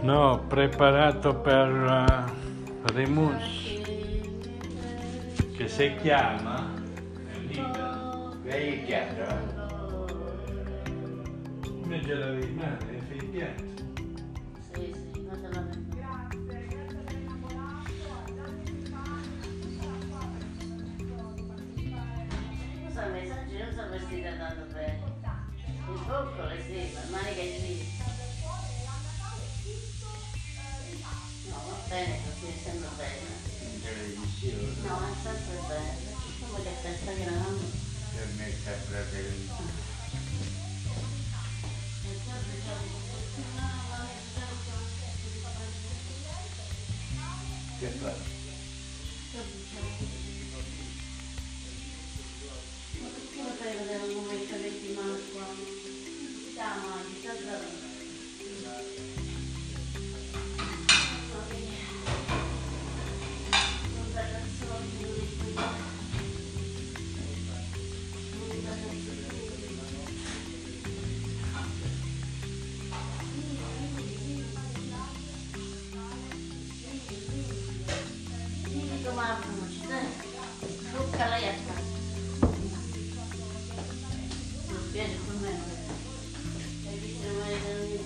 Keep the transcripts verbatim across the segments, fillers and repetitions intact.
No, preparato per uh, Remus, che si chiama è libero. Lei è chiaro? Come ce l'avevi in mano? Hai fatto il piatto? Sì, sì, non te la vedo. Scusa, i messaggi non sono vestiti tanto bene. Il boccolo sì, ma maniche sì. No, va bene così, è sempre bene. No, è sempre bene. Come che testa grande. Per me è sempre bellissimo. Che fa? Ma perché lo fai vedere un momento di mano qua? Stiamo a disaggiare. Ma non ci sei? Tocca lei a casa. Non spiego con me. Hai visto le mani da lì?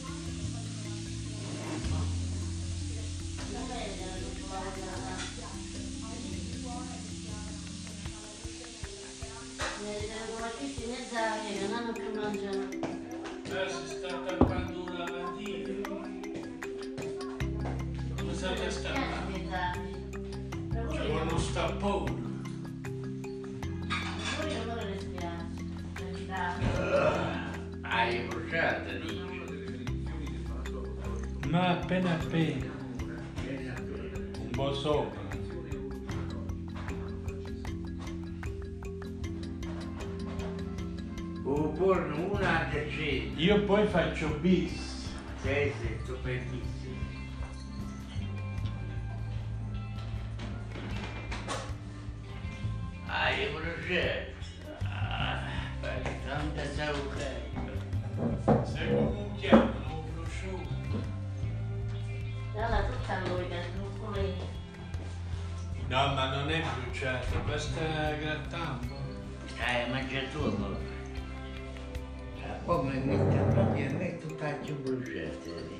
Non vedi la tua guarda. Mi vedono come tutti in mezzo che non hanno più mangiato. Eh, si sta attaccando un lavandino. Come state a staccare? C'è uno stappone. Poi non me ne spiace. Hai bruciato, dici? Ma appena appena. Un po' sopra. Oppure una decina. Io poi faccio bis. Sì, sì, stupendissimo. Hai bruciato. Ah, per tanta saluto. Sei come un chiamo, un prosciutto. Allora tutta lui che non lei. No, ma non è bruciato, basta grattando. Hai mangiato tu, poi mi metto praticamente tutta bruciata.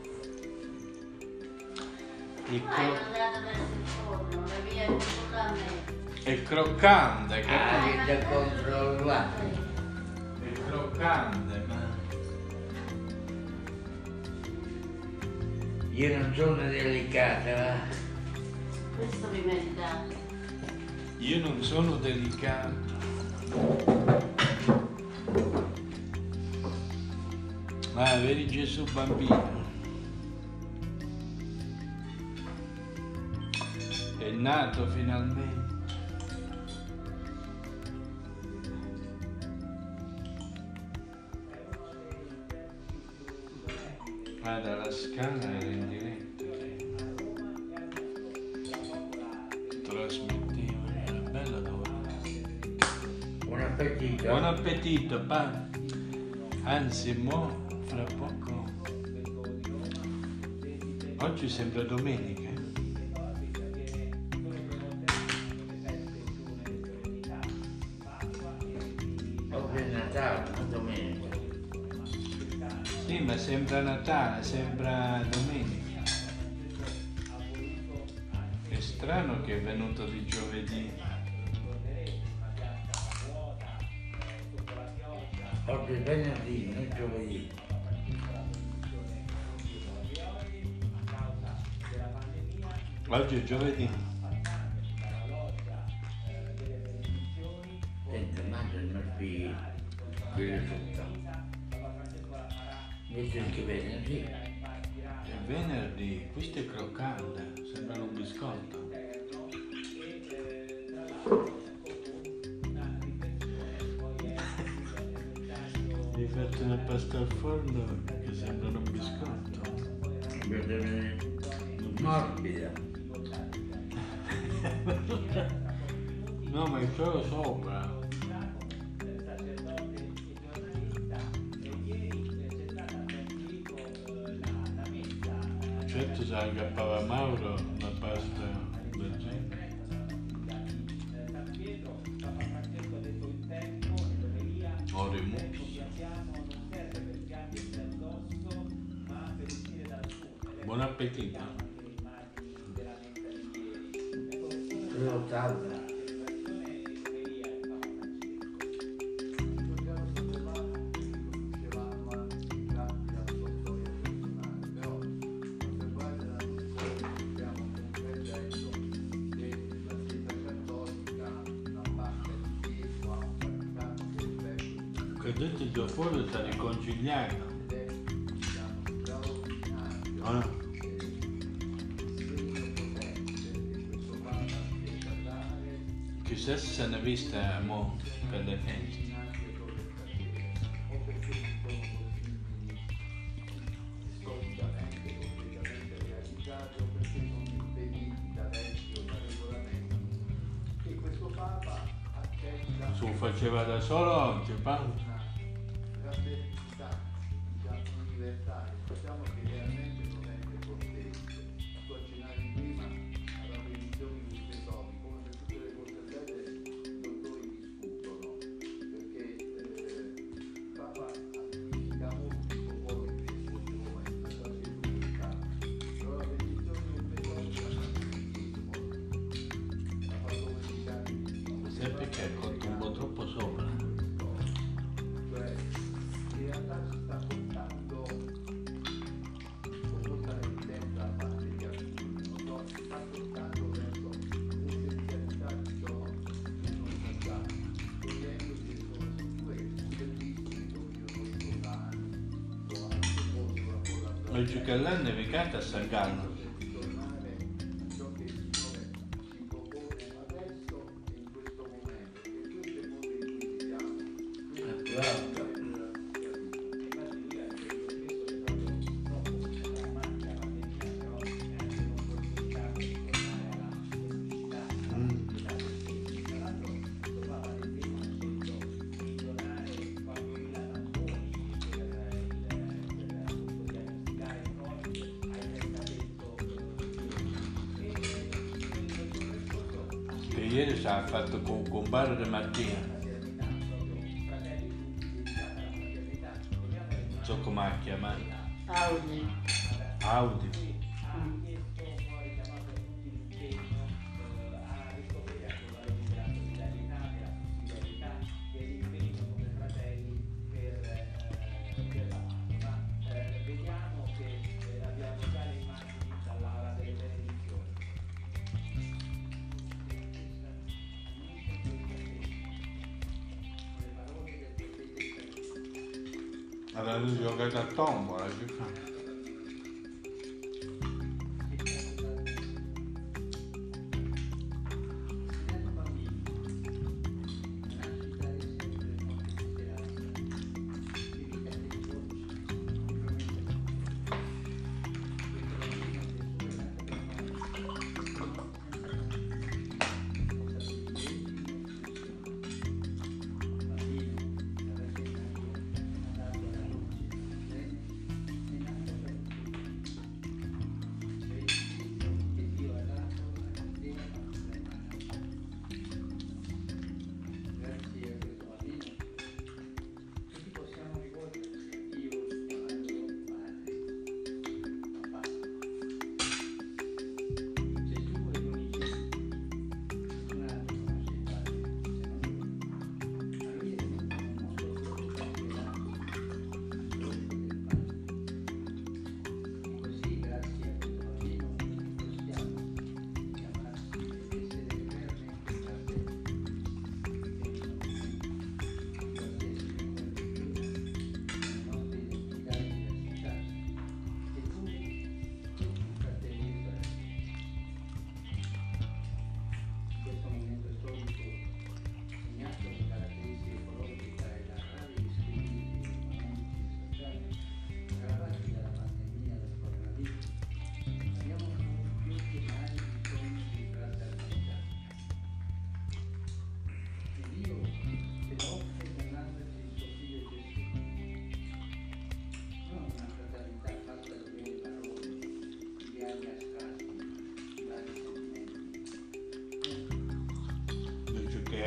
Il, Ma è cro- andato verso il forno, le via di sulla me. è croccante, capito? Ah, che da controllare. È croccante, ma... Io non sono delicata, va? Questo mi merita. Io non sono delicato. Ah, vedi Gesù bambino. È nato finalmente. Ah, dalla scala era in diretta. Trasmetteva, era bella da guardare. Buon appetito. Buon appetito, pa. Anzi, mo, fra poco. Oggi sembra domenica. Oggi è Natale, non domenica. Sì, ma sembra Natale, sembra domenica. È strano che è venuto di giovedì. Oggi è venerdì, non giovedì. Oggi è giovedì. Senta, mangia il mio figlio, quello tutto. Invece che venerdì. È venerdì, questo è croccante, sembra un biscotto. Hai fatto una pasta al forno che sembra un biscotto. Morbida. No, ma è solo sopra. mentre si aggrappava Mauro la pasta del genere. Ora i mucchi. Buon appetito. Sono calda. Cadete già fuori sta riconciliando. Ah. Chissà se se n'è vista mo per le feste. Su faceva da solo oggi, Paolo? Facciamo che realmente non è che contesti. Tu accennavi prima alla previsione di queste soldi, come per tutte le cose belle i dottori discutono, perché eh, Papa significa molto il popolo che in questo momento sta facendo questa. Però la previsione di un petrolio ha fatto modificare il Sai perché è cotto un po' troppo sopra? cioè in realtà si sta portando con molta evidenza da parte di alcuni, non so, si sta portando verso l'essenzialità di ciò che non sa, togliendo che sono strutture che servizi dominano i soldati o anche molto la collaborazione. Oggi che l'hanno nevicata a San Gallo. Di tornare a ciò che il Signore ci propone adesso e in questo momento, perché questo è il modo in cui viviamo. Bravo. Che ieri si è fatto con un bar di mattina. Non so come ha chiamato. Audi. Audi. Allora giocato a tombola, che fa?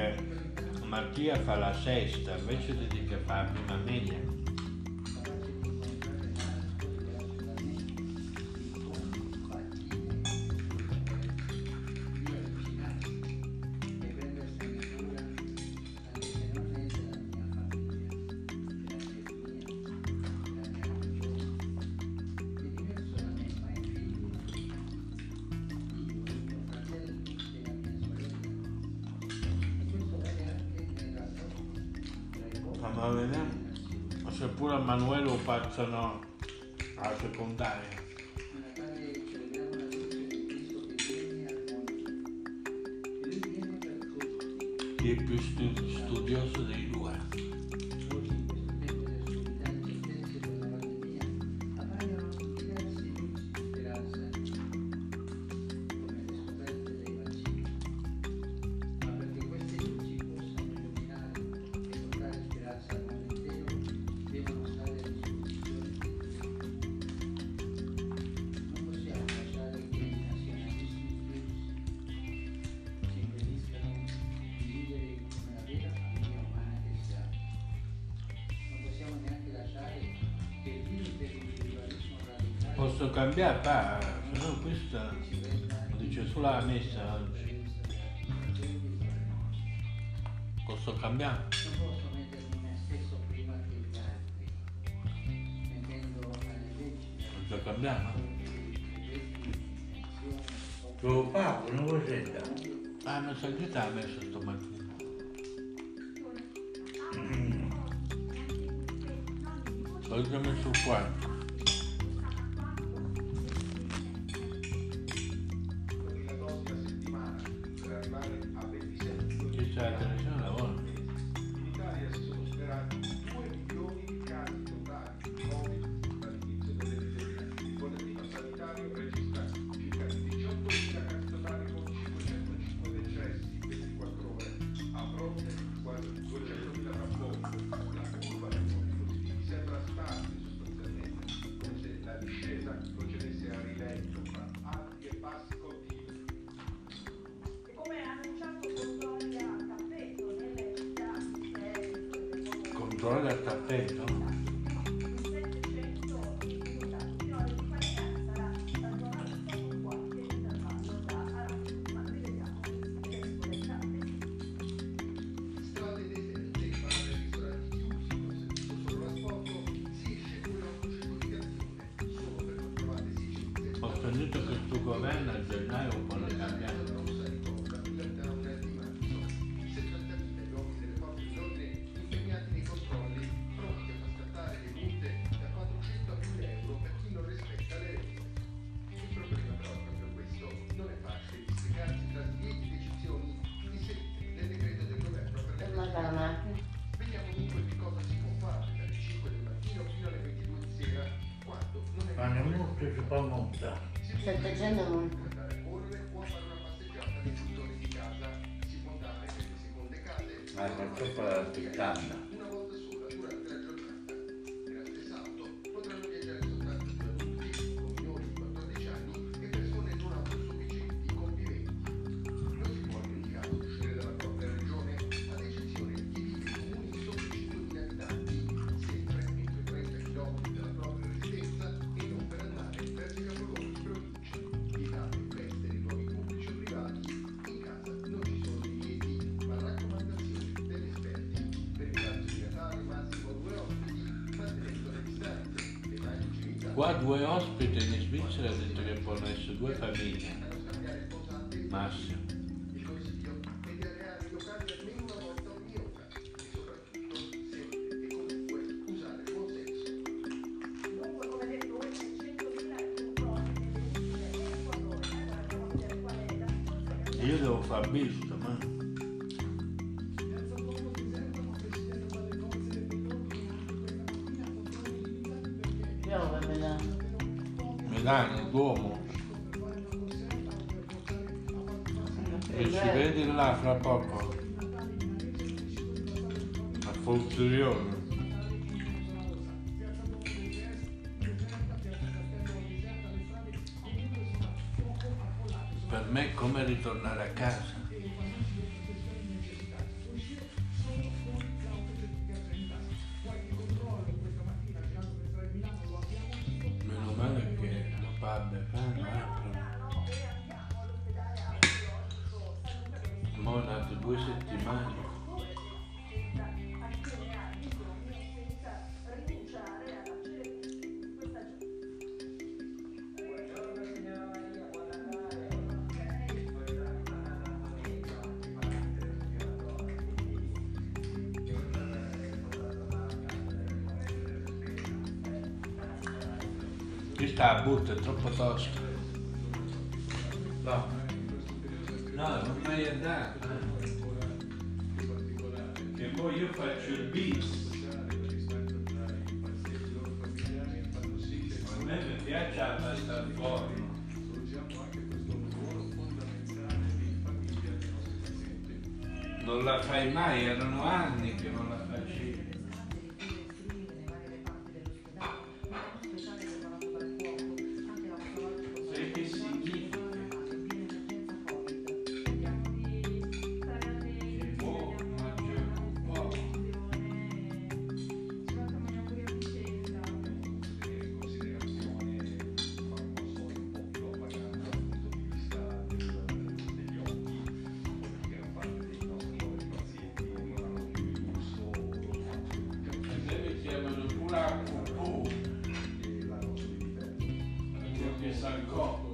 che Mattia fa la sesta, invece di dire che fa la prima media. Ma vediamo se pure a Manuele lo passano alla secondaria, chi è più studi- studioso dei due. Posso cambiare, pa, se no questa lo dice solo la messa oggi. Posso cambiare? Non posso mettermi me stesso prima che gli altri, mettendo alle leggi. Posso cambiare? Tuo papà, una cosetta. Ah, ma Sagitta ha messo stamattina. L'ho già messo qua. Chi c'è la televisione lavora? In Italia si sono sperati due milioni di casi totali di Covid dall'inizio dell'epidemia. Con il clima sanitario registrati circa diciottomila casi totali con cinquecentocinque decessi in ventiquattro ore, a fronte di quasi duecentomila rapporti. La curva dei nuovi positivi sembra stabile sostanzialmente, come se la discesa procedesse a rilento fra alti e bassi continui. Controllo del tappeto. Strade deserte, bar e ristoranti chiusi, con servizio solo trasporto, si esce con l'autocertificazione solo per comprovate esigenze. Ho sentito che il tuo governo a gennaio può cambiare. Rossa ricorda il lockdown di marzo. settantamila gli uomini delle forze dell'ordine impegnati nei controlli, pronti a far scattare le multe da quattrocento a mille euro per chi non rispetta le regole. Il problema però è proprio questo, non è facile districarsi tra divieti ed eccezioni inserite nel decreto del governo per le Ma la macchina. Vediamo dunque che cosa si può fare dalle cinque del mattino fino alle ventidue di sera, quando non è Quando è molto si può montare. settecento può andare a correre o a fare una passeggiata nei dintorni di casa, si può andare nelle seconde case, Ma faccio per la piccata. una volta sola durante la giornata. Nella stessa auto potranno viaggiare soltanto due adulti con minori di quattordici anni e persone non autosufficienti conviventi. Non si può in ogni caso uscire dalla propria regione, ad eccezione di chi vive in comuni sotto i cinquemila abitanti, sempre entro i trenta chilometri dalla propria residenza e non per andare verso i capoluoghi di provincia. Vietate feste nei luoghi pubblici o privati, in casa non ci sono divieti, ma raccomandazioni degli esperti. Per il pranzo di Natale massimo due ospiti, mantenendo le distanze, le mani igienizzate. Qua due ospiti in Svizzera ha detto che possono essere due famiglie, A non scambiare posate e massimo. il consiglio è di areare i locali almeno una volta ogni ora e soprattutto sempre e comunque usare il buon senso. Comunque, come detto, oltre centomila controlli nelle ultime ventiquattro ore. Allora andiamo a vedere qual è la situazione. E io devo far visto, ma piove, mi dà. Milano, Duomo. E ci vedi là fra poco. A Folzurione. Per me è come ritornare a casa. due settimane. Questa la butta, è troppo tosta. No, No, non mai andato. Che poi io faccio il bis. A me mi piace la pasta al forno. Non la fai mai, erano anni che non la facevi. Sai che significa? Che può mangiare un po'. A me mi chiamano pure a cupù. Perché sa il coppa.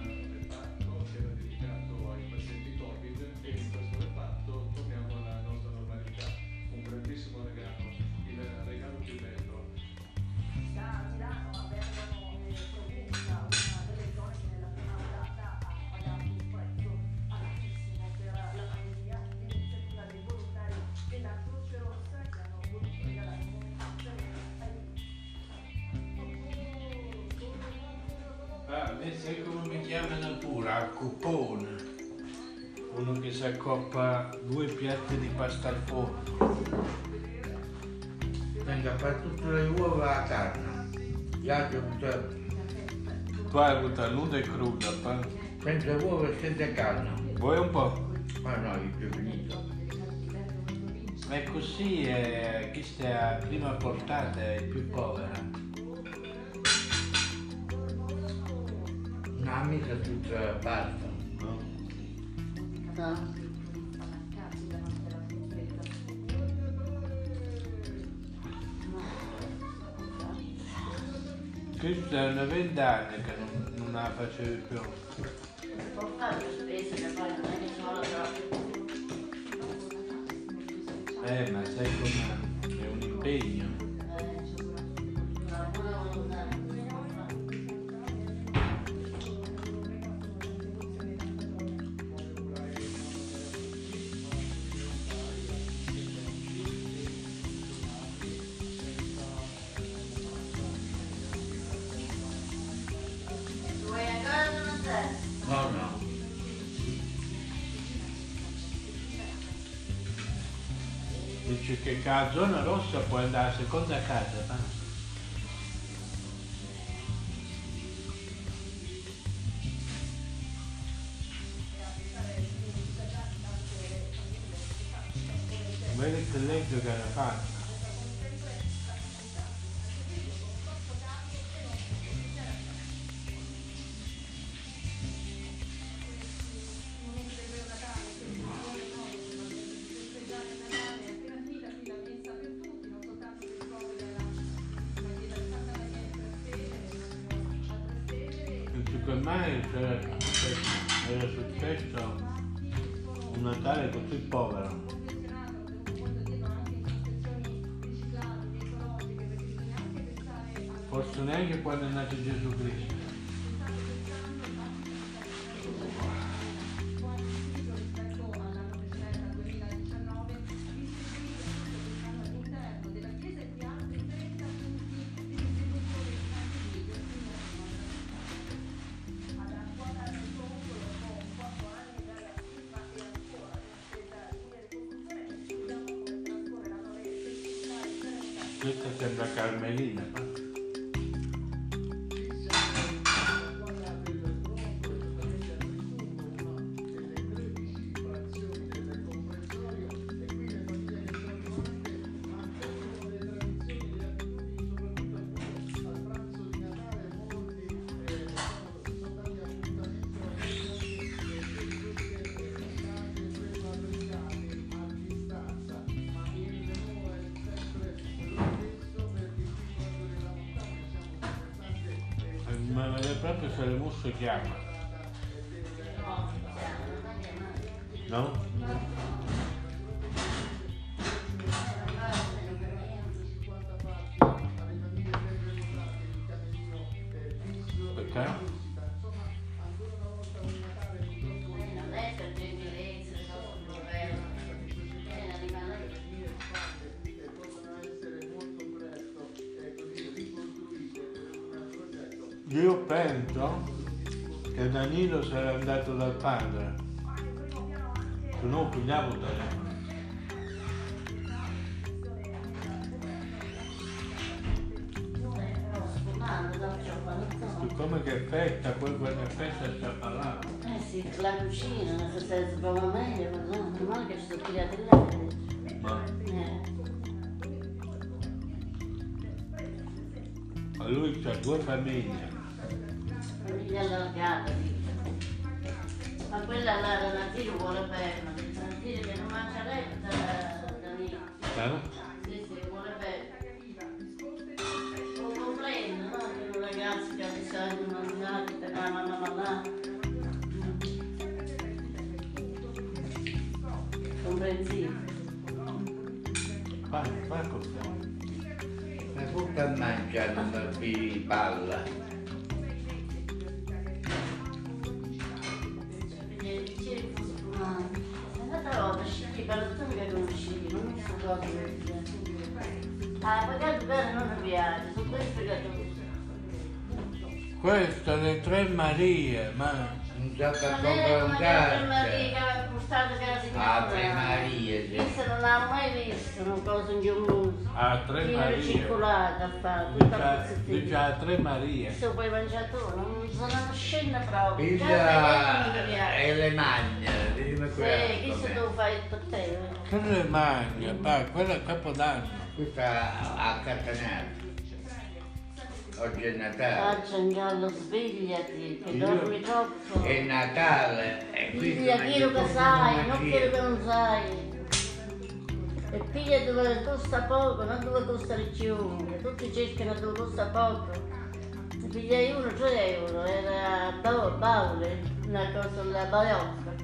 Ah, a me sai come mi chiamano pure? A cupone. Uno che si accoppa due piatti di pasta al forno. venga a fare tutte le uova a carne. Gli altri tutte Tu hai avuto nuda e cruda, pa? senza uova e senza carne. Vuoi un po'? Ma no, io più finito. È così, è, questa è la prima portata, è più povera. Una mica tutta basta. No? No. Questa è una vent'anni che non, non la facevi più. Può fare spesso che poi non è che sono troppo. Eh, ma sai com'è? È un impegno. Vuoi ancora una te? No, no. Dici che la zona rossa puoi andare a seconda casa, pa? Vedi che leggo che la fanno. Secondo me c'era successo, era successo un Natale così povero. Forse neanche quando è nato Gesù Cristo. Questa sembra Carmelina, pa? se le musse chiama. No? Perché? Io penso che Danilo sarà andato dal padre, se no pigliavo il telefono. Siccome che fetta, poi quella fetta sta parlando. Eh sì, la cucina, se si trova meglio, ma no, non male che ci sono tirati là. Ma Eh. ma lui ha due famiglie. Famiglia allargata, ma quella là da Natiro vuole bene, ma Natiro che non mangia lei da Danilo. Eh? Sì, sì, vuole bene. Un comprendo, no? Che un ragazzo che ha bisogno di mangiare, che la mamma là. Comprensivo. Fai, fai così. Ma tutto a mangiare una palla. Ah, pagato bene non mi piace, sono queste che Queste le tre Marie, ma Non so per non comprare è un una Tre Marie che gas. aveva portato che la signora. Ah, Tre Marie, sì. Questa non l'ha mai visto, una cosa in giù. a tre Fino Marie. circolata ha fatto, Dice tutta a- pezzettini. dice a tre Marie. Questo puoi mangiare tu, non sono una scena proprio. Già Piglia vedendo mi piace. e le magne, dimmi Sì, questo. questo tu fai per te. eh. Che le magna, pa, quella è Capodanno. Questa a Catanello. Oggi è Natale. Faccia in gallo, svegliati, che Io- dormi troppo. È Natale e quindi Piglia quello che sai, non quello quello che non sai. E piglia dove costa poco, non dove costa di più. Che tutti cercano dove costa poco. Ne pigliai uno, tre euro, era a Bau- Baule, una cosa da baiocca.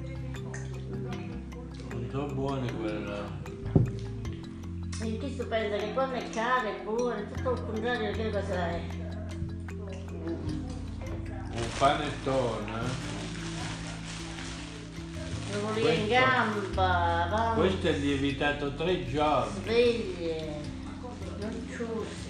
Non sono buone quelle là. E chi si pensa che quando è caro è buono, è tutto il contrario di quello che sai. Un panettone. Lo volevo in Questo- gamba, avanti, Questo è lievitato tre giorni. sveglie, non ciusi.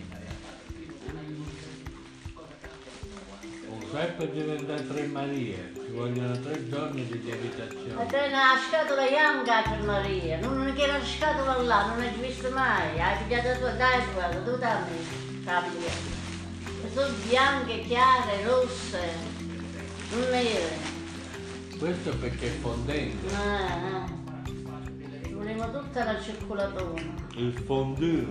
Un sempre diventa tre Marie. Ci vogliono tre giorni di E lievitazione. te una scatola bianca per Maria, non è che la scatola là, non l'hai vista mai, hai pigliato la tua, dai quella, dove t'ha messo? Cambia. E sono bianche, chiare, rosse, non nere. Questo perché è fondente. Eh, eh. Ci volevamo tutta la circolatona. Il fondue.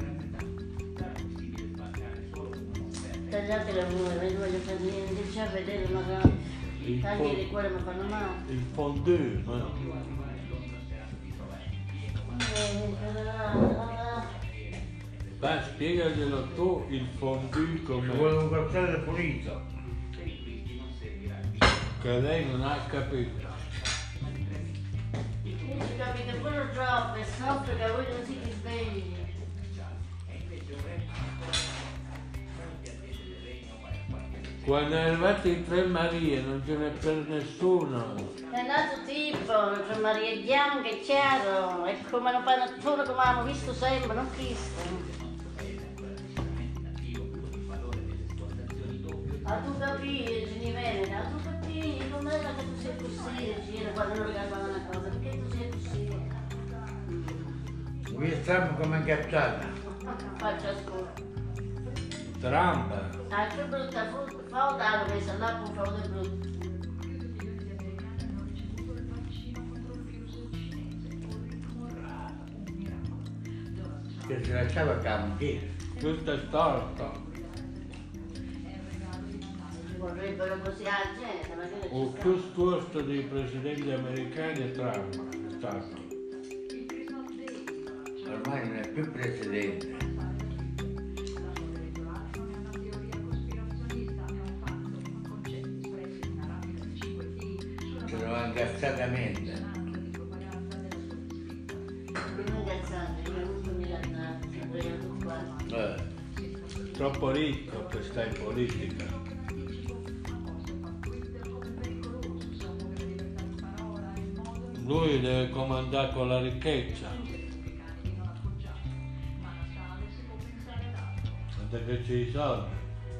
Tagliate le mura, non voglio fare niente, già vedere magari. Il, Tagli di fo- quelle mi fanno male. il fondue. Ma... Eh, la, la, la. Dai, spiegaglielo tu il fondue Ci come vuole un qualcosa pulito. che lei non ha capito. Dici capite pure troppo, è snobbio che voi non siete svegli. Quando è arrivato i tre Marie non ce n'è per nessuno. È nato tipo, tra Maria bianca e chiaro, è come un panettone come abbiamo visto sempre, non Cristo. A tu capire, Ginivene, a tu capire, non è che tu sei così, Gina, quando non regala una cosa, perché tu sei così? Qui stiamo come incacciata. Faccia ascolto. Tramba. Ah, che brutta frutta, fa la messa là con frode brutta. Che si lasciava camminare. Questo è storto. Vorrebbero così la gente, ma che ne Il ci più storto dei presidenti americani è Trump. È stato. Ormai non è più presidente. incazzatamente. Non incazzante, io ho avuto mille annate, sono arrivato qua. Eh, Troppo ricco per stare in politica. Lui deve comandare con la ricchezza. Perché c'è i soldi.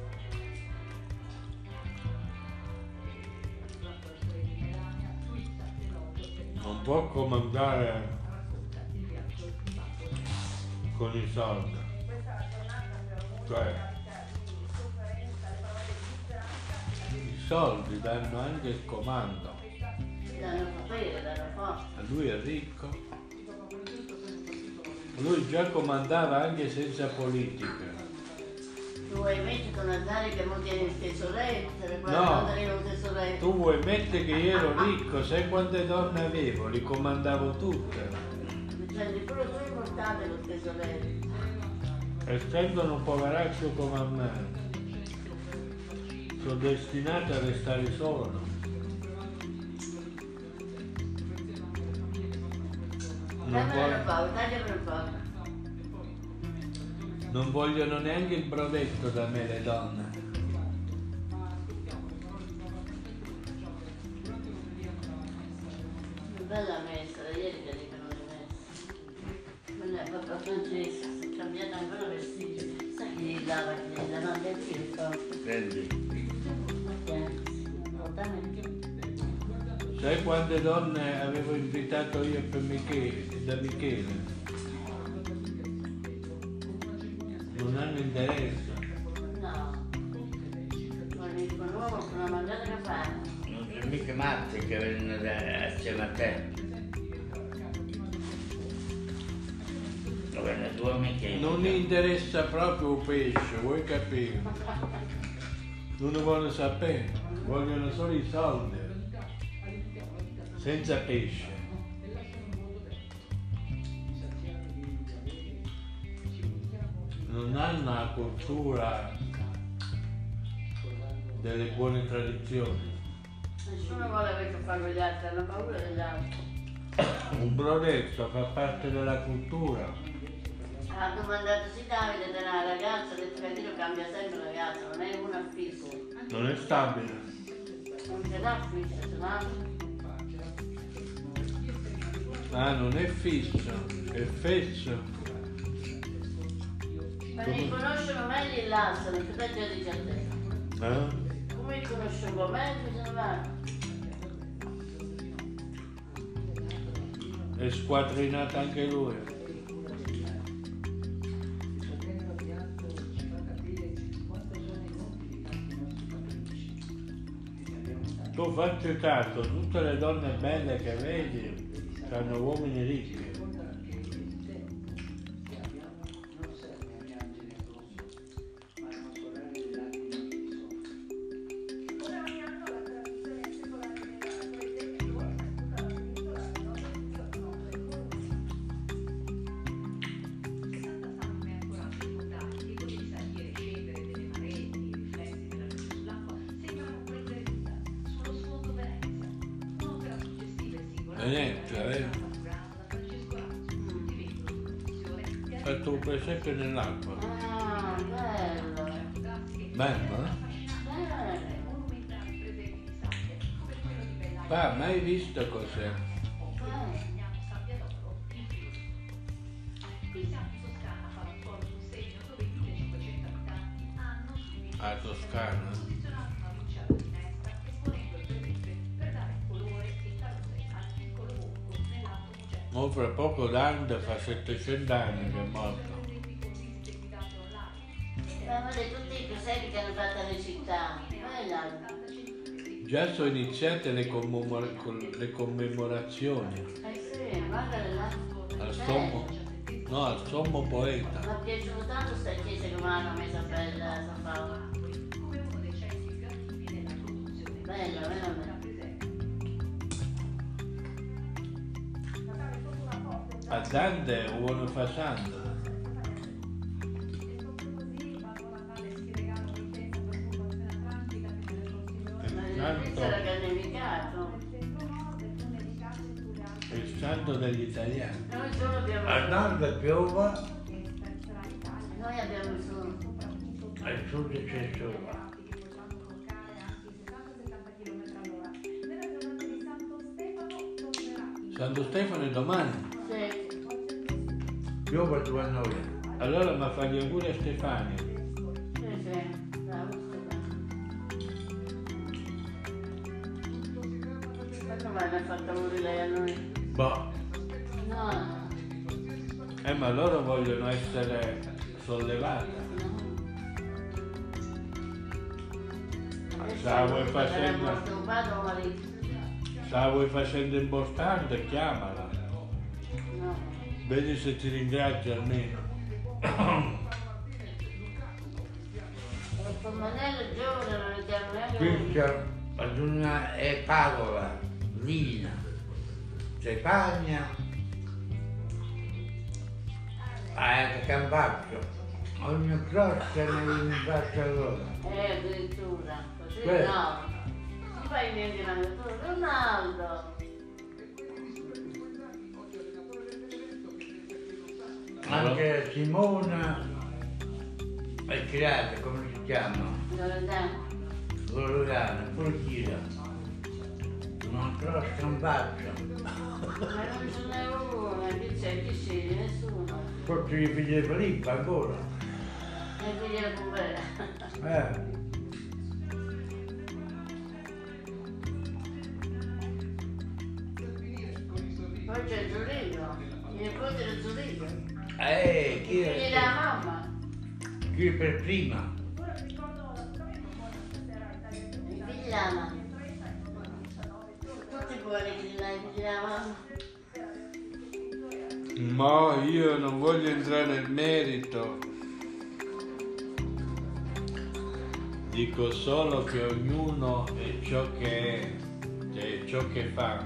Non può comandare con i soldi. Cioè, i soldi danno anche il comando. Danno potere, danno forza. Lui è ricco. Lui già comandava anche senza politica. Tu vuoi mettere con Natale che non tieni il tesoretto, le No. quando io un tesoretto. Tu vuoi mettere che io ero ricco, sai quante donne avevo? Li comandavo tutte. Mi prendi pure tu importante col tesoretto. Essendo un poveraccio come a me, sono destinato a restare solo. Non, Dammene voglio- un po', tagliamene un po'. non vogliono neanche il brovetto da me le donne. Una bella messa, da ieri che dicono le messe. Quella è proprio Francesca, si è cambiata ancora vestito. Sai chi gli dava, chi gli dava anche qui il corpo. prendi. Ma che è? Portami il più. Sai quante donne avevo invitato io per Michele, da Michele? Non hanno interesse. No. Con il con l'uomo con una mangiata che fanno. Non sono mica matti che vengono da- assieme a te. Dove le tue amiche. Non mi interessa proprio il pesce, vuoi capire? Non ne vogliono sapere, vogliono solo i soldi. Senza pesce. Non hanno la cultura delle buone tradizioni. Nessuno vuole avere che fare con gli altri, hanno paura degli altri. Un brodetto fa parte della cultura. Ha domandato sì Davide della ragazza, ha detto che Dio cambia sempre la ragazza, non è una fissa. Non è stabile. Non ce l'ha fissa, se no. Ah, non è fisso, è fesso. Ma li conoscono meglio là, se non ti già dice a te. Eh? Come li conosco un po' meglio, se ne va. È squadrinato anche lui. Tu facci caso, tutte le donne belle che vedi hanno uomini ricchi. Come ogni anno la tradizione secolare della poesia di Roma è stata vincolata alla nostra tradizione Santa Salme è ancora ricordare che con il salire e scendere delle pareti, i riflessi della luce sull'acqua sembrano prendere vita sullo sfondo Venezia. Un'opera suggestiva e singolare. Venezia, vedi? Inaugurata da Francesco Razzo, di vetro di produzione che ha Fatto un presepe nell'acqua. Ah, bello. Bello, eh? Bello. monumentali presepi di sabbia, come quello di Bellaia. Ma mai visto cos'è? Segnano sabbia d'oro in più. Qui siamo in Toscana, Palazzolo sul Segno, dove i millecinquecento abitanti hanno subito Ah, Toscana. posizionato una luce alla finestra, esponendo il presepe per dare colore e calore al piccolo mondo nell'alto museo. Mo fra poco Dante fa settecento anni che è morto. Ma di tutti i presepi che hanno fatto le città. Bella. Già sono iniziate le, commemora- con- le commemorazioni Eh sì, guarda là. al sommo, no, al sommo poeta. Mi è piaciuto tanto sta chiesa che mi hanno messa bella a San Paolo. Come uno dei centri più attivi della produzione. Bella, veramente. A Dante uno fa santo. Ma all'inizio era che ha nevicato. parlando degli italiani. Noi solo abbiamo Al nord piove, Noi abbiamo solo. al sud c'è sole. Santo Stefano è domani. Sì. Piove due noi. Allora mi fa gli auguri a Stefania. Sì, sì. Bravo, quando mai mi ha fatto morire lei a noi? Boh, No, no, Eh, ma loro vogliono essere sollevati. no. sa, vuoi Era facendo, morto un padre o marito? sa, vuoi facendo importante, chiamala. No. Vedi se ti ringrazia almeno. Il formanello è giovane, non lo chiamo neanche qui lui. c'è ad una è Paola, Lina, Stefania, a Campaccio, ogni croce ne basta loro. Eh, addirittura. Così Beh. no. Non fai niente di tu. Ronaldo. Anche Simona è creata, come si chiama? Loredano. Loredana, Fulgira, una croce Campaccio, Ma non ce n'è uno, chi c'è? Chi sceglie? Nessuno. forse gli figli di Filippo ancora. E quindi era pure. Eh. Poi c'è Giulio, il nipote di Giulio. Eh, chi Figli è? della mamma. Chi per prima? I figli della mamma. Tutti buoni figli della figli della mamma. Ma io non voglio entrare nel merito. Dico solo che ognuno è ciò che è, cioè ciò che fa.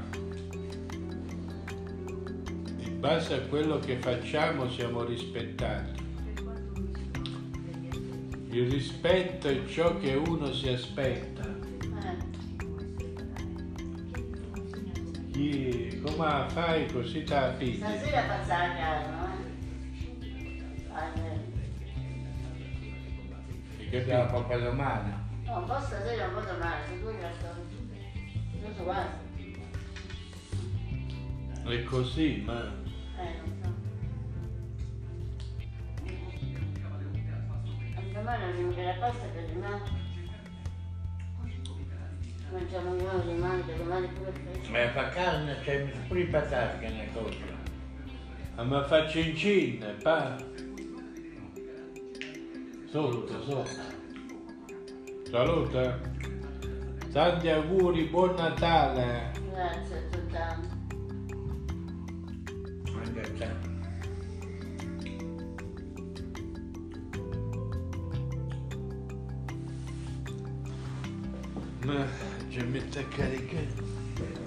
In base a quello che facciamo siamo rispettati. Il rispetto è ciò che uno si aspetta. Eh. Chi, come fai così te la pigli? Stasera passa a casa, no? Eh, Hai Siamo capito? proprio domani. no, un po' stasera, un po' domani, se tu mi sto... Non so quasi. È così, ma Eh, non so. Domani arrivo che la pasta per rimane. Mangiamo un giorno di mani, che domani pure fresco. Ma fa carne, c'è pure i patate che ne cosa. ah, ma faccio in Cina, pa. Sotto, sotto. Salute. Tanti auguri, buon Natale. Grazie, soltanto. Anche a te. Ma ci mette a caricare.